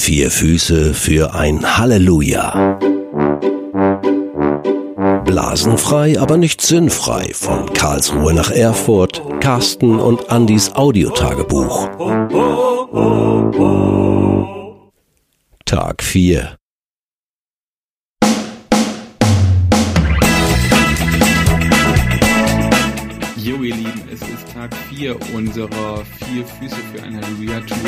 4 Füße für ein Halleluja. Blasenfrei, aber nicht sinnfrei. Von Karlsruhe nach Erfurt, Carsten und Andys Audiotagebuch. Tag 4. Jo, ihr Lieben, es ist Tag 4 unserer 4 Füße für ein Halleluja-Tour.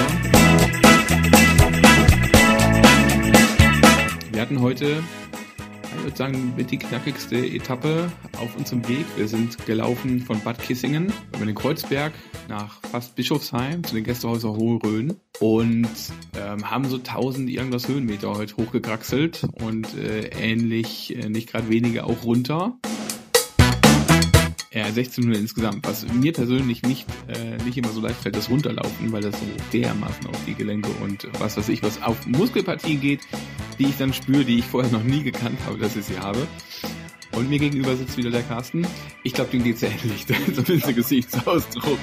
Wir hatten heute, ich würde sagen, mit die knackigste Etappe auf unserem Weg. Wir sind gelaufen von Bad Kissingen über den Kreuzberg nach fast Bischofsheim zu den Gästehäusern Hohe Rhön und haben so 1000 irgendwas Höhenmeter heute hochgekraxelt und ähnlich, nicht gerade wenige auch runter. 16 Minuten insgesamt, was mir persönlich nicht immer so leicht fällt, das Runterlaufen, weil das so dermaßen auf die Gelenke und was auf Muskelpartien geht, die ich dann spüre, die ich vorher noch nie gekannt habe, dass ich sie habe. Und mir gegenüber sitzt wieder der Carsten. Ich glaube, dem geht's ähnlich, zumindest der Gesichtsausdruck.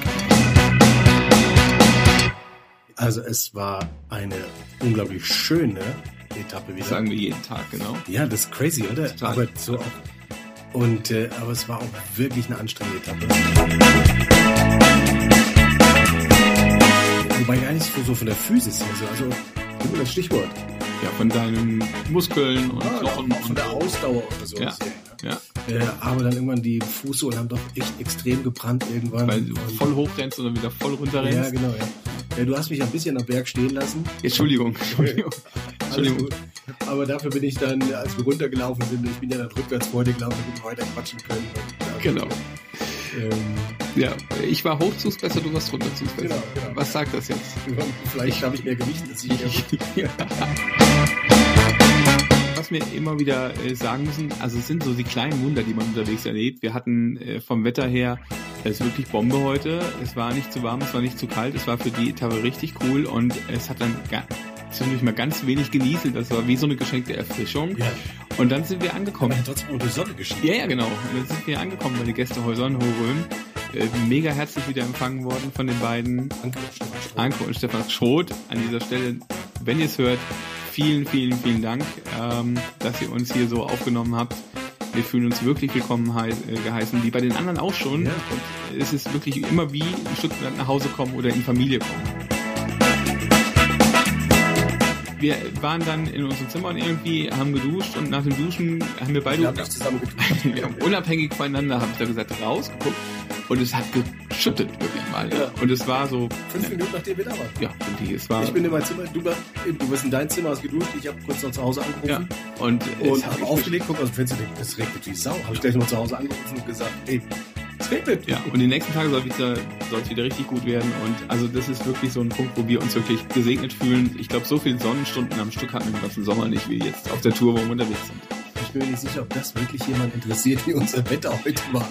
Also es war eine unglaublich schöne Etappe wieder. Das sagen wir jeden Tag, genau. Ja, das ist crazy, oder? Total. Aber so auch. Und aber es war auch wirklich eine anstrengende Etappe. Wobei gar nicht so von der Physis her so. Also gib mir das Stichwort. Ja, von deinen Muskeln und Knochen. Auch von der Ausdauer oder so. Ja. Aber dann irgendwann die Fußsohlen haben doch echt extrem gebrannt irgendwann. Weil du voll hochrennst oder wieder voll runterrennst. Ja, genau. Ja, du hast mich ein bisschen am Berg stehen lassen. Entschuldigung. Aber dafür bin ich dann, als wir runtergelaufen sind, ich bin ja dann rückwärts vor dir gelaufen, damit wir weiter quatschen können. Genau. Ja, ich war Hochzugs besser, du warst Runterzugs besser. Genau. Was sagt das jetzt? Vielleicht habe ich mehr Gewicht als ich. Was wir immer wieder sagen müssen, also es sind so die kleinen Wunder, die man unterwegs erlebt. Wir hatten vom Wetter her, es ist wirklich Bombe heute. Es war nicht zu warm, es war nicht zu kalt. Es war für die Etappe richtig cool und es hat dann zwischendurch mal ganz wenig genieselt. Das war wie so eine geschenkte Erfrischung. Ja. Und dann sind wir angekommen. Aber trotzdem unter Sonne geschehen. Ja, genau. Und dann sind wir angekommen bei den Gästehäusern Hohe Rhön. Mega herzlich wieder empfangen worden von den beiden. Anke und Stefan Schroth. An dieser Stelle, wenn ihr es hört, vielen, vielen, vielen Dank, dass ihr uns hier so aufgenommen habt. Wir fühlen uns wirklich willkommen geheißen, wie bei den anderen auch schon. Ja. Und es ist wirklich immer wie ein Stück nach Hause kommen oder in Familie kommen. Wir waren dann in unseren Zimmern irgendwie, haben geduscht und nach dem Duschen haben wir beide... Wir haben nicht zusammen geduscht. Wir haben unabhängig voneinander, habe ich da gesagt, rausgeguckt und es hat geschüttet wirklich mal. Ja. Und es war so... 5 Minuten nachdem wir da waren. Ja, es war... Ich bin in mein Zimmer, du bist in dein Zimmer, hast geduscht, ich habe kurz noch zu Hause angerufen. Ja. Und habe aufgelegt, guck aus dem Fenster, es regnet wie Sau. Habe ich gleich noch zu Hause angerufen und gesagt, es regnet. Ja, und die nächsten Tage soll es wieder richtig gut werden. Und also das ist wirklich so ein Punkt, wo wir uns wirklich gesegnet fühlen. Ich glaube, so viele Sonnenstunden am Stück hatten wir im ganzen Sommer nicht, wie jetzt auf der Tour, wo wir unterwegs sind. Ich bin mir nicht sicher, ob das wirklich jemand interessiert, wie unser Wetter heute war.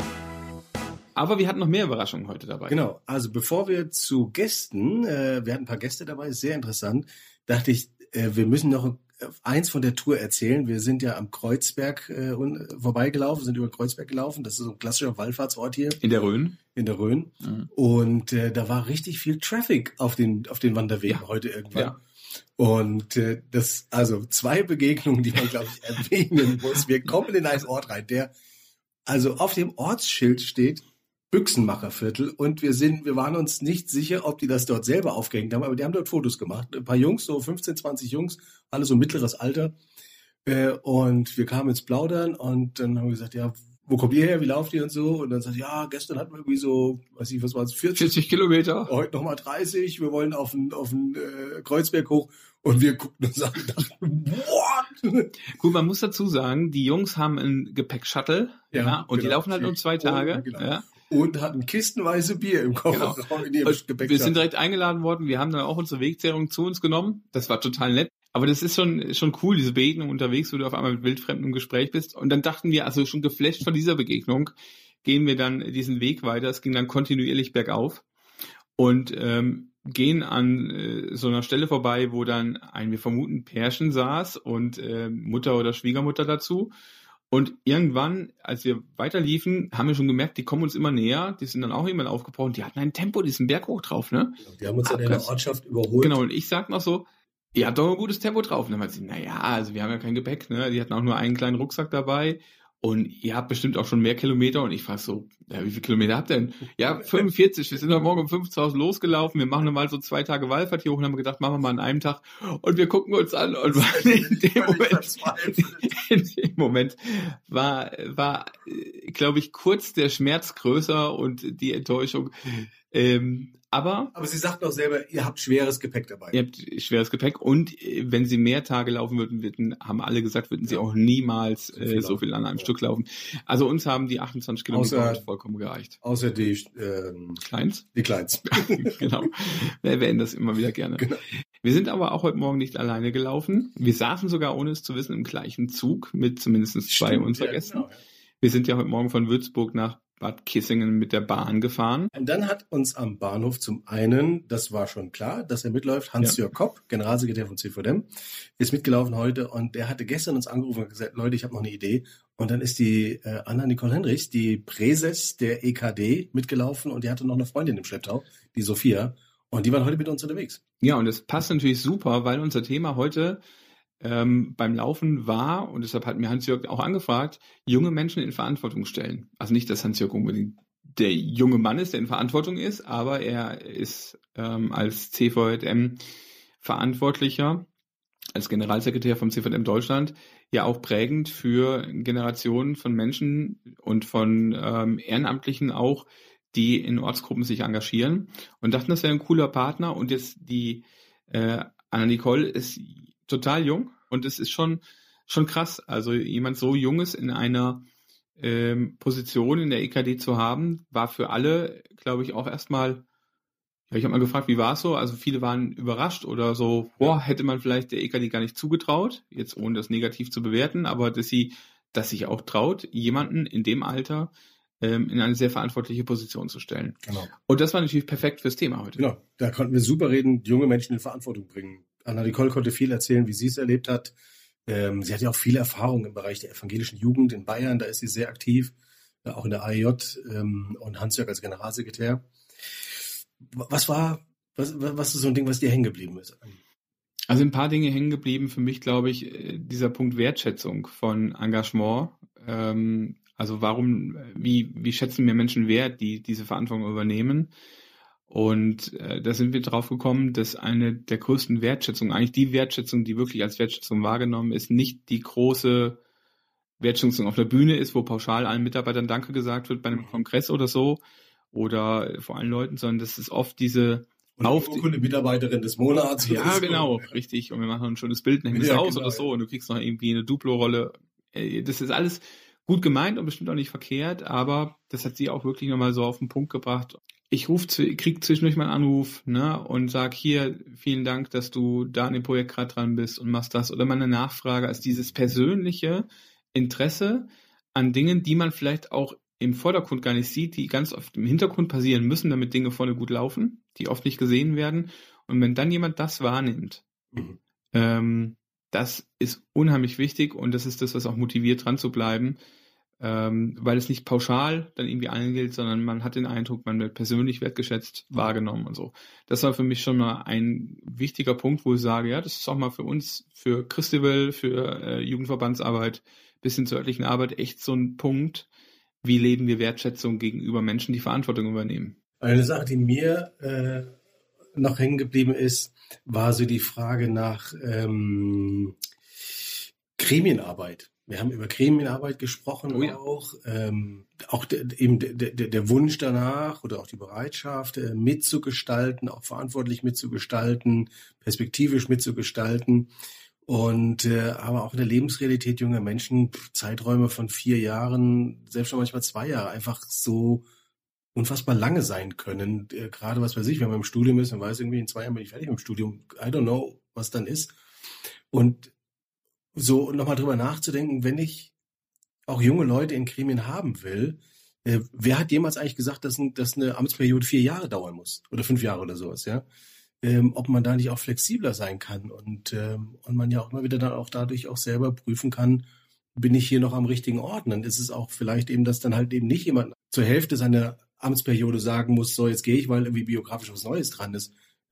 Aber wir hatten noch mehr Überraschungen heute dabei. Genau, also bevor wir zu Gästen, wir hatten ein paar Gäste dabei, sehr interessant, dachte ich, wir müssen noch eins von der Tour erzählen. Wir sind ja am Kreuzberg vorbeigelaufen, sind über Kreuzberg gelaufen. Das ist so ein klassischer Wallfahrtsort hier. In der Rhön. Mhm. Und da war richtig viel Traffic auf den Wanderwegen heute irgendwann. Ja. Und also 2 Begegnungen, die man, glaube ich, erwähnen muss. Wir kommen in einen Ort rein, der also auf dem Ortsschild steht, Büchsenmacherviertel, und wir waren uns nicht sicher, ob die das dort selber aufgehängt haben, aber die haben dort Fotos gemacht. Ein paar Jungs, so 15, 20 Jungs, alle so mittleres Alter. Und wir kamen ins Plaudern und dann haben wir gesagt, ja, wo kommt ihr her, wie lauft ihr und so? Und dann sagt, ja, gestern hatten wir irgendwie so, weiß ich, was war es, 40 Kilometer. Heute nochmal 30, wir wollen auf den Kreuzberg hoch. Und wir guckten uns an und dachten, what? Gut, man muss dazu sagen, die Jungs haben einen Gepäck-Shuttle, und genau. Die laufen halt nur 2 Tage. Genau. Ja. Und hatten kistenweise Bier im Kofferraum in ihrem Gepäck. Wir sind direkt eingeladen worden, wir haben dann auch unsere Wegzehrung zu uns genommen. Das war total nett. Aber das ist schon cool, diese Begegnung unterwegs, wo du auf einmal mit Wildfremden im Gespräch bist. Und dann dachten wir, also schon geflasht von dieser Begegnung, gehen wir dann diesen Weg weiter. Es ging dann kontinuierlich bergauf und gehen an so einer Stelle vorbei, wo dann ein, wir vermuten, Pärchen saß und Mutter oder Schwiegermutter dazu. Und irgendwann, als wir weiterliefen, haben wir schon gemerkt, die kommen uns immer näher. Die sind dann auch irgendwann aufgebrochen. Die hatten ein Tempo, die sind Berg hoch drauf, ne? Die haben uns dann in der Ortschaft überholt. Genau, und ich sag noch so, ihr habt doch ein gutes Tempo drauf. Und dann meinte sie, naja, also wir haben ja kein Gepäck, ne? Die hatten auch nur einen kleinen Rucksack dabei. Und ihr habt bestimmt auch schon mehr Kilometer. Und ich frage so, ja, wie viele Kilometer habt ihr denn? Ja, 45. Wir sind heute Morgen um 5 zu Hause losgelaufen. Wir machen mal so 2 Tage Wallfahrt hier hoch und haben gedacht, machen wir mal an einem Tag. Und wir gucken uns an. Und in dem Moment war, glaube ich, kurz der Schmerz größer und die Enttäuschung. Aber Sie sagten auch selber, ihr habt schweres Gepäck dabei. Ihr habt schweres Gepäck und wenn sie mehr Tage laufen würden, haben alle gesagt, würden sie auch niemals so viel an einem Stück laufen. Also uns haben die 28 Kilometer vollkommen gereicht. Außer die Kleins. Die Kleins. Genau. Wir erwähnen das immer wieder gerne. Genau. Wir sind aber auch heute Morgen nicht alleine gelaufen. Wir saßen sogar, ohne es zu wissen, im gleichen Zug mit zumindest 2 unserer Gästen. Genau, ja. Wir sind ja heute Morgen von Würzburg nach Bad Kissingen mit der Bahn gefahren. Und dann hat uns am Bahnhof zum einen, das war schon klar, dass er mitläuft, Hans-Jörg Kopp, Generalsekretär von CVDM, ist mitgelaufen heute und der hatte gestern uns angerufen und gesagt, Leute, ich habe noch eine Idee. Und dann ist die Anna-Nicole Hendrichs, die Präses der EKD, mitgelaufen und die hatte noch eine Freundin im Schlepptau, die Sophia. Und die waren heute mit uns unterwegs. Ja, und das passt natürlich super, weil unser Thema heute beim Laufen war, und deshalb hat mir Hans-Jörg auch angefragt, junge Menschen in Verantwortung stellen. Also nicht, dass Hans-Jörg unbedingt der junge Mann ist, der in Verantwortung ist, aber er ist als CVJM Verantwortlicher, als Generalsekretär vom CVJM Deutschland, ja auch prägend für Generationen von Menschen und von Ehrenamtlichen auch, die in Ortsgruppen sich engagieren und dachten, das wäre ein cooler Partner. Und jetzt die Anna-Nicole ist total jung und es ist schon krass, also jemand so Junges in einer Position in der EKD zu haben, war für alle, glaube ich, auch erstmal, ja, ich habe mal gefragt, wie war es so? Also viele waren überrascht oder so, hätte man vielleicht der EKD gar nicht zugetraut, jetzt ohne das negativ zu bewerten, aber dass sich auch traut, jemanden in dem Alter in eine sehr verantwortliche Position zu stellen. Genau. Und das war natürlich perfekt fürs Thema heute. Genau, da konnten wir super reden, junge Menschen in Verantwortung bringen. Anna-Nicole konnte viel erzählen, wie sie es erlebt hat. Sie hat ja auch viel Erfahrung im Bereich der evangelischen Jugend in Bayern, da ist sie sehr aktiv, auch in der AEJ und Hans-Jörg als Generalsekretär. Was ist so ein Ding, was dir hängen geblieben ist? Also ein paar Dinge hängen geblieben für mich, glaube ich, dieser Punkt Wertschätzung von Engagement. Also wie schätzen mir Menschen wert, die diese Verantwortung übernehmen? Und da sind wir drauf gekommen, dass eine der größten Wertschätzungen, eigentlich die Wertschätzung, die wirklich als Wertschätzung wahrgenommen ist, nicht die große Wertschätzung auf der Bühne ist, wo pauschal allen Mitarbeitern Danke gesagt wird bei einem Kongress oder so oder vor allen Leuten, sondern das ist oft diese Urkunde Mitarbeiterin des Monats. Ja, genau, richtig. Und wir machen ein schönes Bild, hängen das aus oder so und du kriegst noch irgendwie eine Duplo-Rolle. Das ist alles gut gemeint und bestimmt auch nicht verkehrt, aber das hat sie auch wirklich nochmal so auf den Punkt gebracht. Ich krieg zwischendurch mal einen Anruf, ne, und sag hier, vielen Dank, dass du da an dem Projekt gerade dran bist und machst das. Oder mal eine Nachfrage als dieses persönliche Interesse an Dingen, die man vielleicht auch im Vordergrund gar nicht sieht, die ganz oft im Hintergrund passieren müssen, damit Dinge vorne gut laufen, die oft nicht gesehen werden. Und wenn dann jemand das wahrnimmt, das ist unheimlich wichtig und das ist das, was auch motiviert, dran zu bleiben. Weil es nicht pauschal dann irgendwie allen gilt, sondern man hat den Eindruck, man wird persönlich wertgeschätzt, wahrgenommen und so. Das war für mich schon mal ein wichtiger Punkt, wo ich sage, ja, das ist auch mal für uns, für Christabel, für Jugendverbandsarbeit bis hin zur örtlichen Arbeit echt so ein Punkt, wie leben wir Wertschätzung gegenüber Menschen, die Verantwortung übernehmen. Eine Sache, die mir noch hängen geblieben ist, war so die Frage nach Gremienarbeit. Wir haben über Gremienarbeit gesprochen, auch eben der Wunsch danach oder auch die Bereitschaft mitzugestalten, auch verantwortlich mitzugestalten, perspektivisch mitzugestalten und aber auch in der Lebensrealität junger Menschen Zeiträume von 4 Jahren, selbst schon manchmal 2 Jahre, einfach so unfassbar lange sein können. Gerade was weiß ich, wenn man im Studium ist und weiß irgendwie, in 2 Jahren bin ich fertig mit dem Studium. I don't know, was dann ist. Und so nochmal drüber nachzudenken, wenn ich auch junge Leute in Gremien haben will, wer hat jemals eigentlich gesagt, dass eine Amtsperiode 4 Jahre dauern muss oder 5 Jahre oder sowas, ja? Ob man da nicht auch flexibler sein kann und man ja auch immer wieder dann auch dadurch auch selber prüfen kann, bin ich hier noch am richtigen Ort? Und dann ist es auch vielleicht eben, dass dann halt eben nicht jemand zur Hälfte seiner Amtsperiode sagen muss, so jetzt gehe ich, weil irgendwie biografisch was Neues dran ist,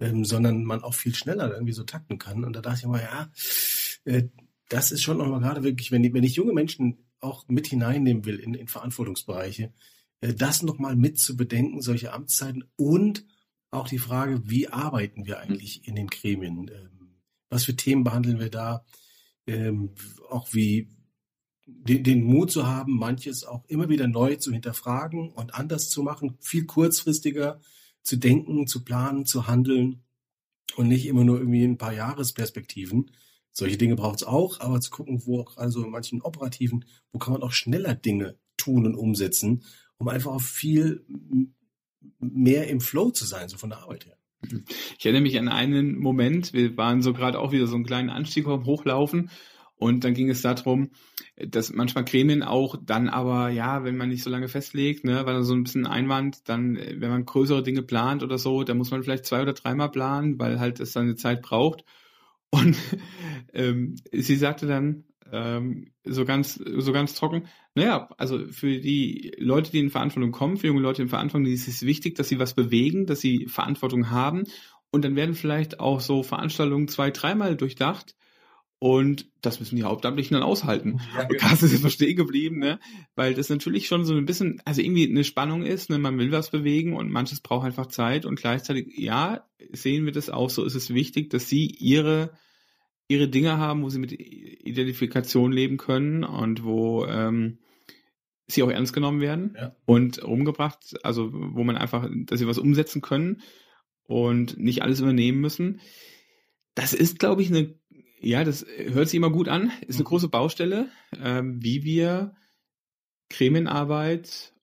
sondern man auch viel schneller irgendwie so takten kann. Und da dachte ich mal, das ist schon nochmal gerade wirklich, wenn ich junge Menschen auch mit hineinnehmen will in Verantwortungsbereiche, das nochmal mit zu bedenken, solche Amtszeiten und auch die Frage, wie arbeiten wir eigentlich in den Gremien? Was für Themen behandeln wir da? Auch wie den Mut zu haben, manches auch immer wieder neu zu hinterfragen und anders zu machen, viel kurzfristiger zu denken, zu planen, zu handeln und nicht immer nur irgendwie ein paar Jahresperspektiven. Solche Dinge braucht es auch, aber zu gucken, wo auch also in manchen operativen, wo kann man auch schneller Dinge tun und umsetzen, um einfach auch viel mehr im Flow zu sein, so von der Arbeit her. Ich erinnere mich an einen Moment, wir waren so gerade auch wieder so einen kleinen Anstieg am Hochlaufen und dann ging es darum, dass manchmal Gremien auch dann aber, ja, wenn man nicht so lange festlegt, ne, weil so ein bisschen Einwand, dann, wenn man größere Dinge plant oder so, dann muss man vielleicht 2 oder 3 Mal planen, weil halt es seine Zeit braucht. Und sie sagte dann so ganz trocken, naja, also für die Leute, die in Verantwortung kommen, für junge Leute in Verantwortung, ist es wichtig, dass sie was bewegen, dass sie Verantwortung haben und dann werden vielleicht auch so Veranstaltungen 2-3 Mal durchdacht und das müssen die Hauptamtlichen dann aushalten. Ja, genau. Carsten ist jetzt stehen geblieben, ne? Weil das natürlich schon so ein bisschen, also irgendwie eine Spannung ist, ne? Man will was bewegen und manches braucht einfach Zeit und gleichzeitig, ja, sehen wir das auch so, ist es wichtig, dass sie ihre Dinge haben, wo sie mit Identifikation leben können und wo sie auch ernst genommen werden und umgebracht, also wo man einfach, dass sie was umsetzen können und nicht alles übernehmen müssen. Das ist, glaube ich, das hört sich immer gut an, ist eine große Baustelle, wie wir Gremienarbeit,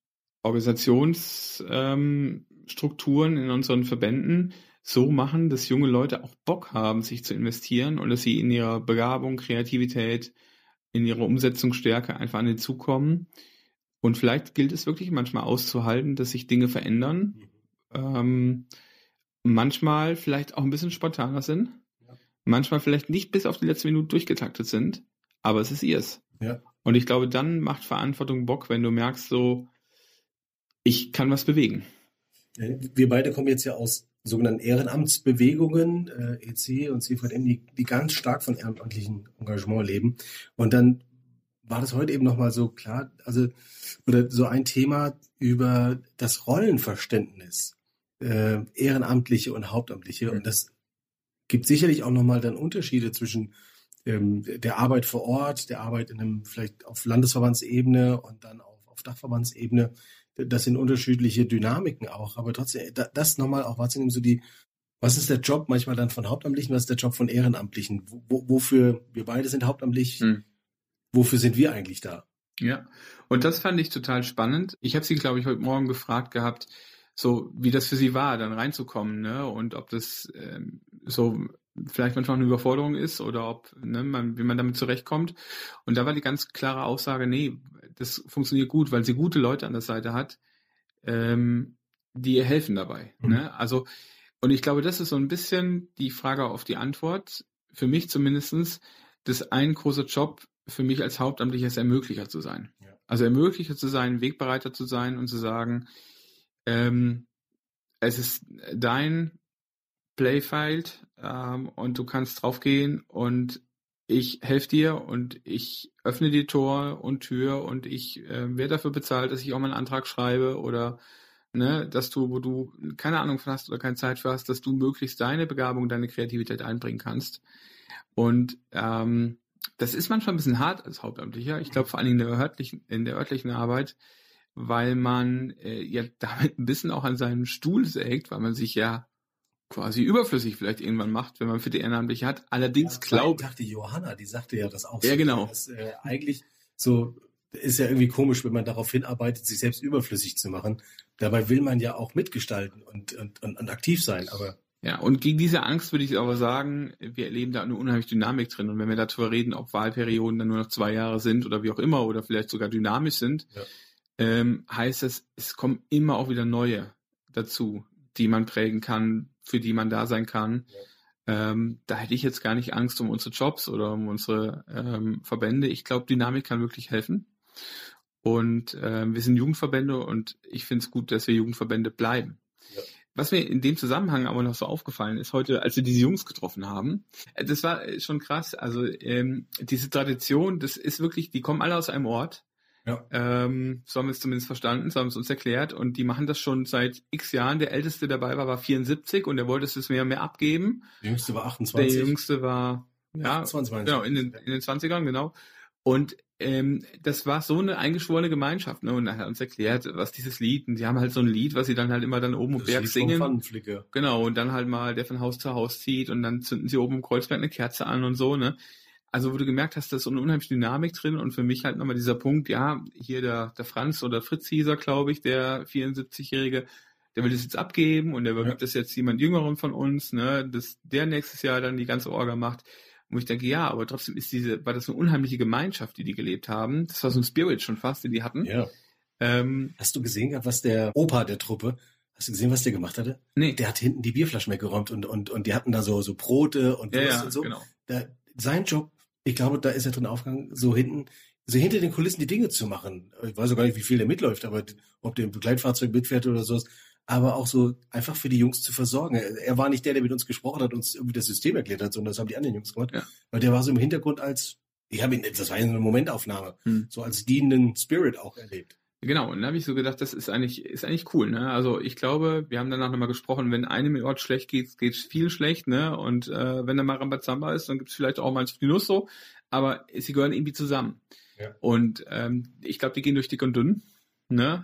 Organisationsstrukturen in unseren Verbänden so machen, dass junge Leute auch Bock haben, sich zu investieren und dass sie in ihrer Begabung, Kreativität, in ihrer Umsetzungsstärke einfach an den Zug kommen. Und vielleicht gilt es wirklich manchmal auszuhalten, dass sich Dinge verändern, manchmal vielleicht auch ein bisschen spontaner sind, manchmal vielleicht nicht bis auf die letzte Minute durchgetaktet sind, aber es ist ihrs. Ja. Und ich glaube, dann macht Verantwortung Bock, wenn du merkst, so, ich kann was bewegen. Wir beide kommen jetzt ja aus sogenannten Ehrenamtsbewegungen, EC und CVM, die ganz stark von ehrenamtlichem Engagement leben. Und dann war das heute eben nochmal so klar, oder so ein Thema über das Rollenverständnis, Ehrenamtliche und Hauptamtliche. Und das gibt sicherlich auch nochmal dann Unterschiede zwischen der Arbeit vor Ort, der Arbeit vielleicht auf Landesverbandsebene und dann auf Dachverbandsebene. Das sind unterschiedliche Dynamiken auch, aber trotzdem, das nochmal auch wahrzunehmen, was ist der Job manchmal dann von Hauptamtlichen, was ist der Job von Ehrenamtlichen? Wofür, wir beide sind hauptamtlich, wofür sind wir eigentlich da? Ja, und das fand ich total spannend. Ich habe sie, glaube ich, heute Morgen gefragt gehabt, so wie das für sie war, dann reinzukommen, ne? Und ob das so vielleicht manchmal eine Überforderung ist oder ob, ne, wie man damit zurechtkommt. Und da war die ganz klare Aussage, nee, das funktioniert gut, weil sie gute Leute an der Seite hat, die ihr helfen dabei. Ne? Also, und ich glaube, das ist so ein bisschen die Frage auf die Antwort, für mich zumindestens, dass ein großer Job für mich als Hauptamtlicher ist, Ermöglicher zu sein. Ja. Also Ermöglicher zu sein, Wegbereiter zu sein und zu sagen, es ist dein Playfield und du kannst draufgehen und ich helfe dir und ich öffne die Tor und Tür und ich werde dafür bezahlt, dass ich auch mal einen Antrag schreibe oder dass du, wo du keine Ahnung von hast oder keine Zeit für hast, dass du möglichst deine Begabung, deine Kreativität einbringen kannst. Und das ist manchmal ein bisschen hart als Hauptamtlicher. Ich glaube vor allem in der örtlichen Arbeit, weil man ja damit ein bisschen auch an seinem Stuhl sägt, weil man sich ja quasi überflüssig vielleicht irgendwann macht, wenn man für die Ehrenamtliche hat. Allerdings glaube ich, die Johanna, die sagte ja das auch. Ja, genau. Das, eigentlich so ist ja irgendwie komisch, wenn man darauf hinarbeitet, sich selbst überflüssig zu machen. Dabei will man ja auch mitgestalten und aktiv sein, aber ja, und gegen diese Angst würde ich aber sagen, wir erleben da eine unheimliche Dynamik drin. Und wenn wir darüber reden, ob Wahlperioden dann nur noch 2 Jahre sind oder wie auch immer oder vielleicht sogar dynamisch sind, heißt das, es kommen immer auch wieder neue dazu, die man prägen kann, für die man da sein kann. Ja. Da hätte ich jetzt gar nicht Angst um unsere Jobs oder um unsere Verbände. Ich glaube, Dynamik kann wirklich helfen. Und wir sind Jugendverbände und ich finde es gut, dass wir Jugendverbände bleiben. Ja. Was mir in dem Zusammenhang aber noch so aufgefallen ist heute, als wir diese Jungs getroffen haben, das war schon krass. Also diese Tradition, das ist wirklich, die kommen alle aus einem Ort. Ja. So haben wir es zumindest verstanden, so haben es uns erklärt. Und die machen das schon seit x Jahren. Der Älteste dabei war 74 und der wollte es mehr und mehr abgeben. Der Jüngste war 28. Der Jüngste war 28, genau, in den 20ern, genau. Und das war so eine eingeschworene Gemeinschaft, ne? Und er hat uns erklärt, was dieses Lied, und die haben halt so ein Lied, was sie dann halt immer dann oben im Berg singen. Genau, und dann halt mal, der von Haus zu Haus zieht und dann zünden sie oben im Kreuzberg eine Kerze an und so, ne? Also wo du gemerkt hast, da ist so eine unheimliche Dynamik drin und für mich halt nochmal dieser Punkt, ja, hier der Franz oder Fritz hieß er, glaube ich, der 74-Jährige, der will das jetzt abgeben und der übergibt das jetzt jemand Jüngerem von uns, ne, dass der nächstes Jahr dann die ganze Orga macht. Wo ich denke, ja, aber trotzdem war das eine unheimliche Gemeinschaft, die gelebt haben. Das war so ein Spirit schon fast, den die hatten. Ja. Hast du gesehen, was der Opa der Truppe, hast du gesehen, was der gemacht hatte? Nee. Der hat hinten die Bierflaschen weggeräumt und die hatten da so Brote und Wurst und so. Genau. Sein Job, ich glaube, da ist er drin aufgegangen, so hinter den Kulissen die Dinge zu machen. Ich weiß auch gar nicht, wie viel der mitläuft, aber ob der im Begleitfahrzeug mitfährt oder sowas. Aber auch so einfach für die Jungs zu versorgen. Er war nicht der mit uns gesprochen hat, uns irgendwie das System erklärt hat, sondern das haben die anderen Jungs gemacht. Ja. Weil der war so im Hintergrund das war ja eine Momentaufnahme, so als dienenden Spirit auch erlebt. Genau, und dann habe ich so gedacht, das ist eigentlich cool, ne? Also ich glaube, wir haben danach nochmal gesprochen, wenn einem im Ort schlecht geht, geht's viel schlecht, ne? Und wenn da mal Rambazamba ist, dann gibt's vielleicht auch mal ein Genuss so, aber sie gehören irgendwie zusammen. Ja. Und ich glaube, die gehen durch dick und dünn. Ne?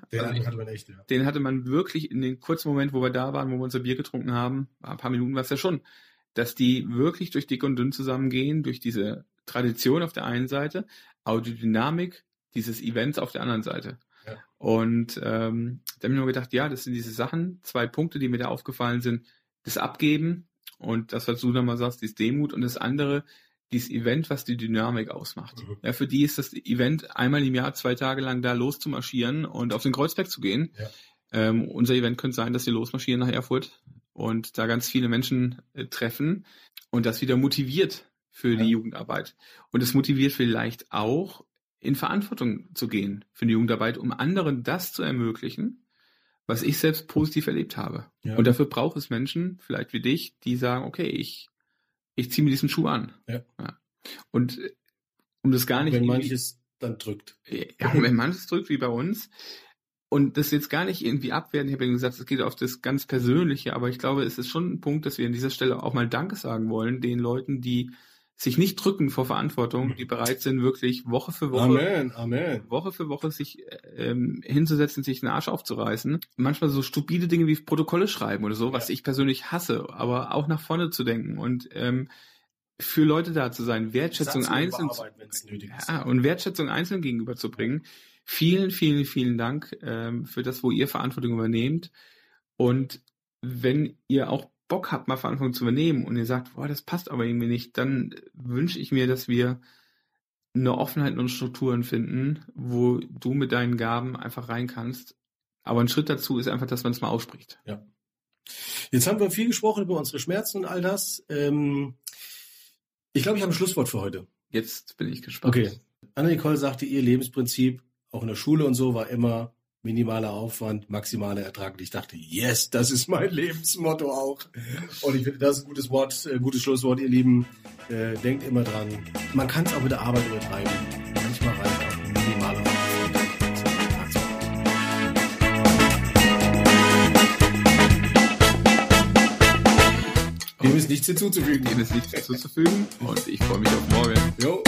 Den hatte man wirklich in den kurzen Moment, wo wir da waren, wo wir unser Bier getrunken haben, ein paar Minuten war es ja schon, dass die wirklich durch dick und dünn zusammengehen, durch diese Tradition auf der einen Seite, aber die Dynamik dieses Events auf der anderen Seite. Ja. Und da habe ich nur gedacht, ja, das sind diese Sachen, 2 Punkte, die mir da aufgefallen sind, das Abgeben und das, was du da mal sagst, dieses Demut und das andere, dieses Event, was die Dynamik ausmacht. Mhm. Ja, für die ist das Event einmal im Jahr 2 Tage lang da loszumarschieren und auf den Kreuzberg zu gehen. Ja. Unser Event könnte sein, dass sie losmarschieren nach Erfurt und da ganz viele Menschen treffen und das wieder motiviert für die Jugendarbeit. Und es motiviert vielleicht auch, in Verantwortung zu gehen für die Jugendarbeit, um anderen das zu ermöglichen, was ich selbst positiv erlebt habe. Ja. Und dafür braucht es Menschen, vielleicht wie dich, die sagen, okay, ich ziehe mir diesen Schuh an. Ja. Und um das gar nicht... Wenn manches dann drückt. Ja, wenn manches drückt, wie bei uns. Und das jetzt gar nicht irgendwie abwerten. Ich habe ja gesagt, es geht auf das ganz Persönliche, aber ich glaube, es ist schon ein Punkt, dass wir an dieser Stelle auch mal Danke sagen wollen, den Leuten, die sich nicht drücken vor Verantwortung, die bereit sind, wirklich Woche für Woche, Woche für Woche sich hinzusetzen, sich den Arsch aufzureißen. Manchmal so stupide Dinge wie Protokolle schreiben oder so, was ich persönlich hasse, aber auch nach vorne zu denken und für Leute da zu sein, Wertschätzung einzeln und Wertschätzung einzeln gegenüberzubringen. Vielen, vielen, vielen Dank für das, wo ihr Verantwortung übernehmt. Und wenn ihr auch Bock habt, mal Verantwortung zu übernehmen und ihr sagt, boah, das passt aber irgendwie nicht, dann wünsche ich mir, dass wir eine Offenheit und Strukturen finden, wo du mit deinen Gaben einfach rein kannst. Aber ein Schritt dazu ist einfach, dass man es mal ausspricht. Ja. Jetzt haben wir viel gesprochen über unsere Schmerzen und all das. Ich glaube, ich habe ein Schlusswort für heute. Jetzt bin ich gespannt. Okay. Anna-Nicole sagte, ihr Lebensprinzip, auch in der Schule und so, war immer minimaler Aufwand, maximaler Ertrag. Und ich dachte, yes, das ist mein Lebensmotto auch. Und ich finde, das ist ein gutes Wort, gutes Schlusswort, ihr Lieben. Denkt immer dran, man kann es auch mit der Arbeit übertreiben. Manchmal reicht auch ein minimaler Aufwand. Dem ist nichts hinzuzufügen. Und ich freue mich auf morgen. Jo.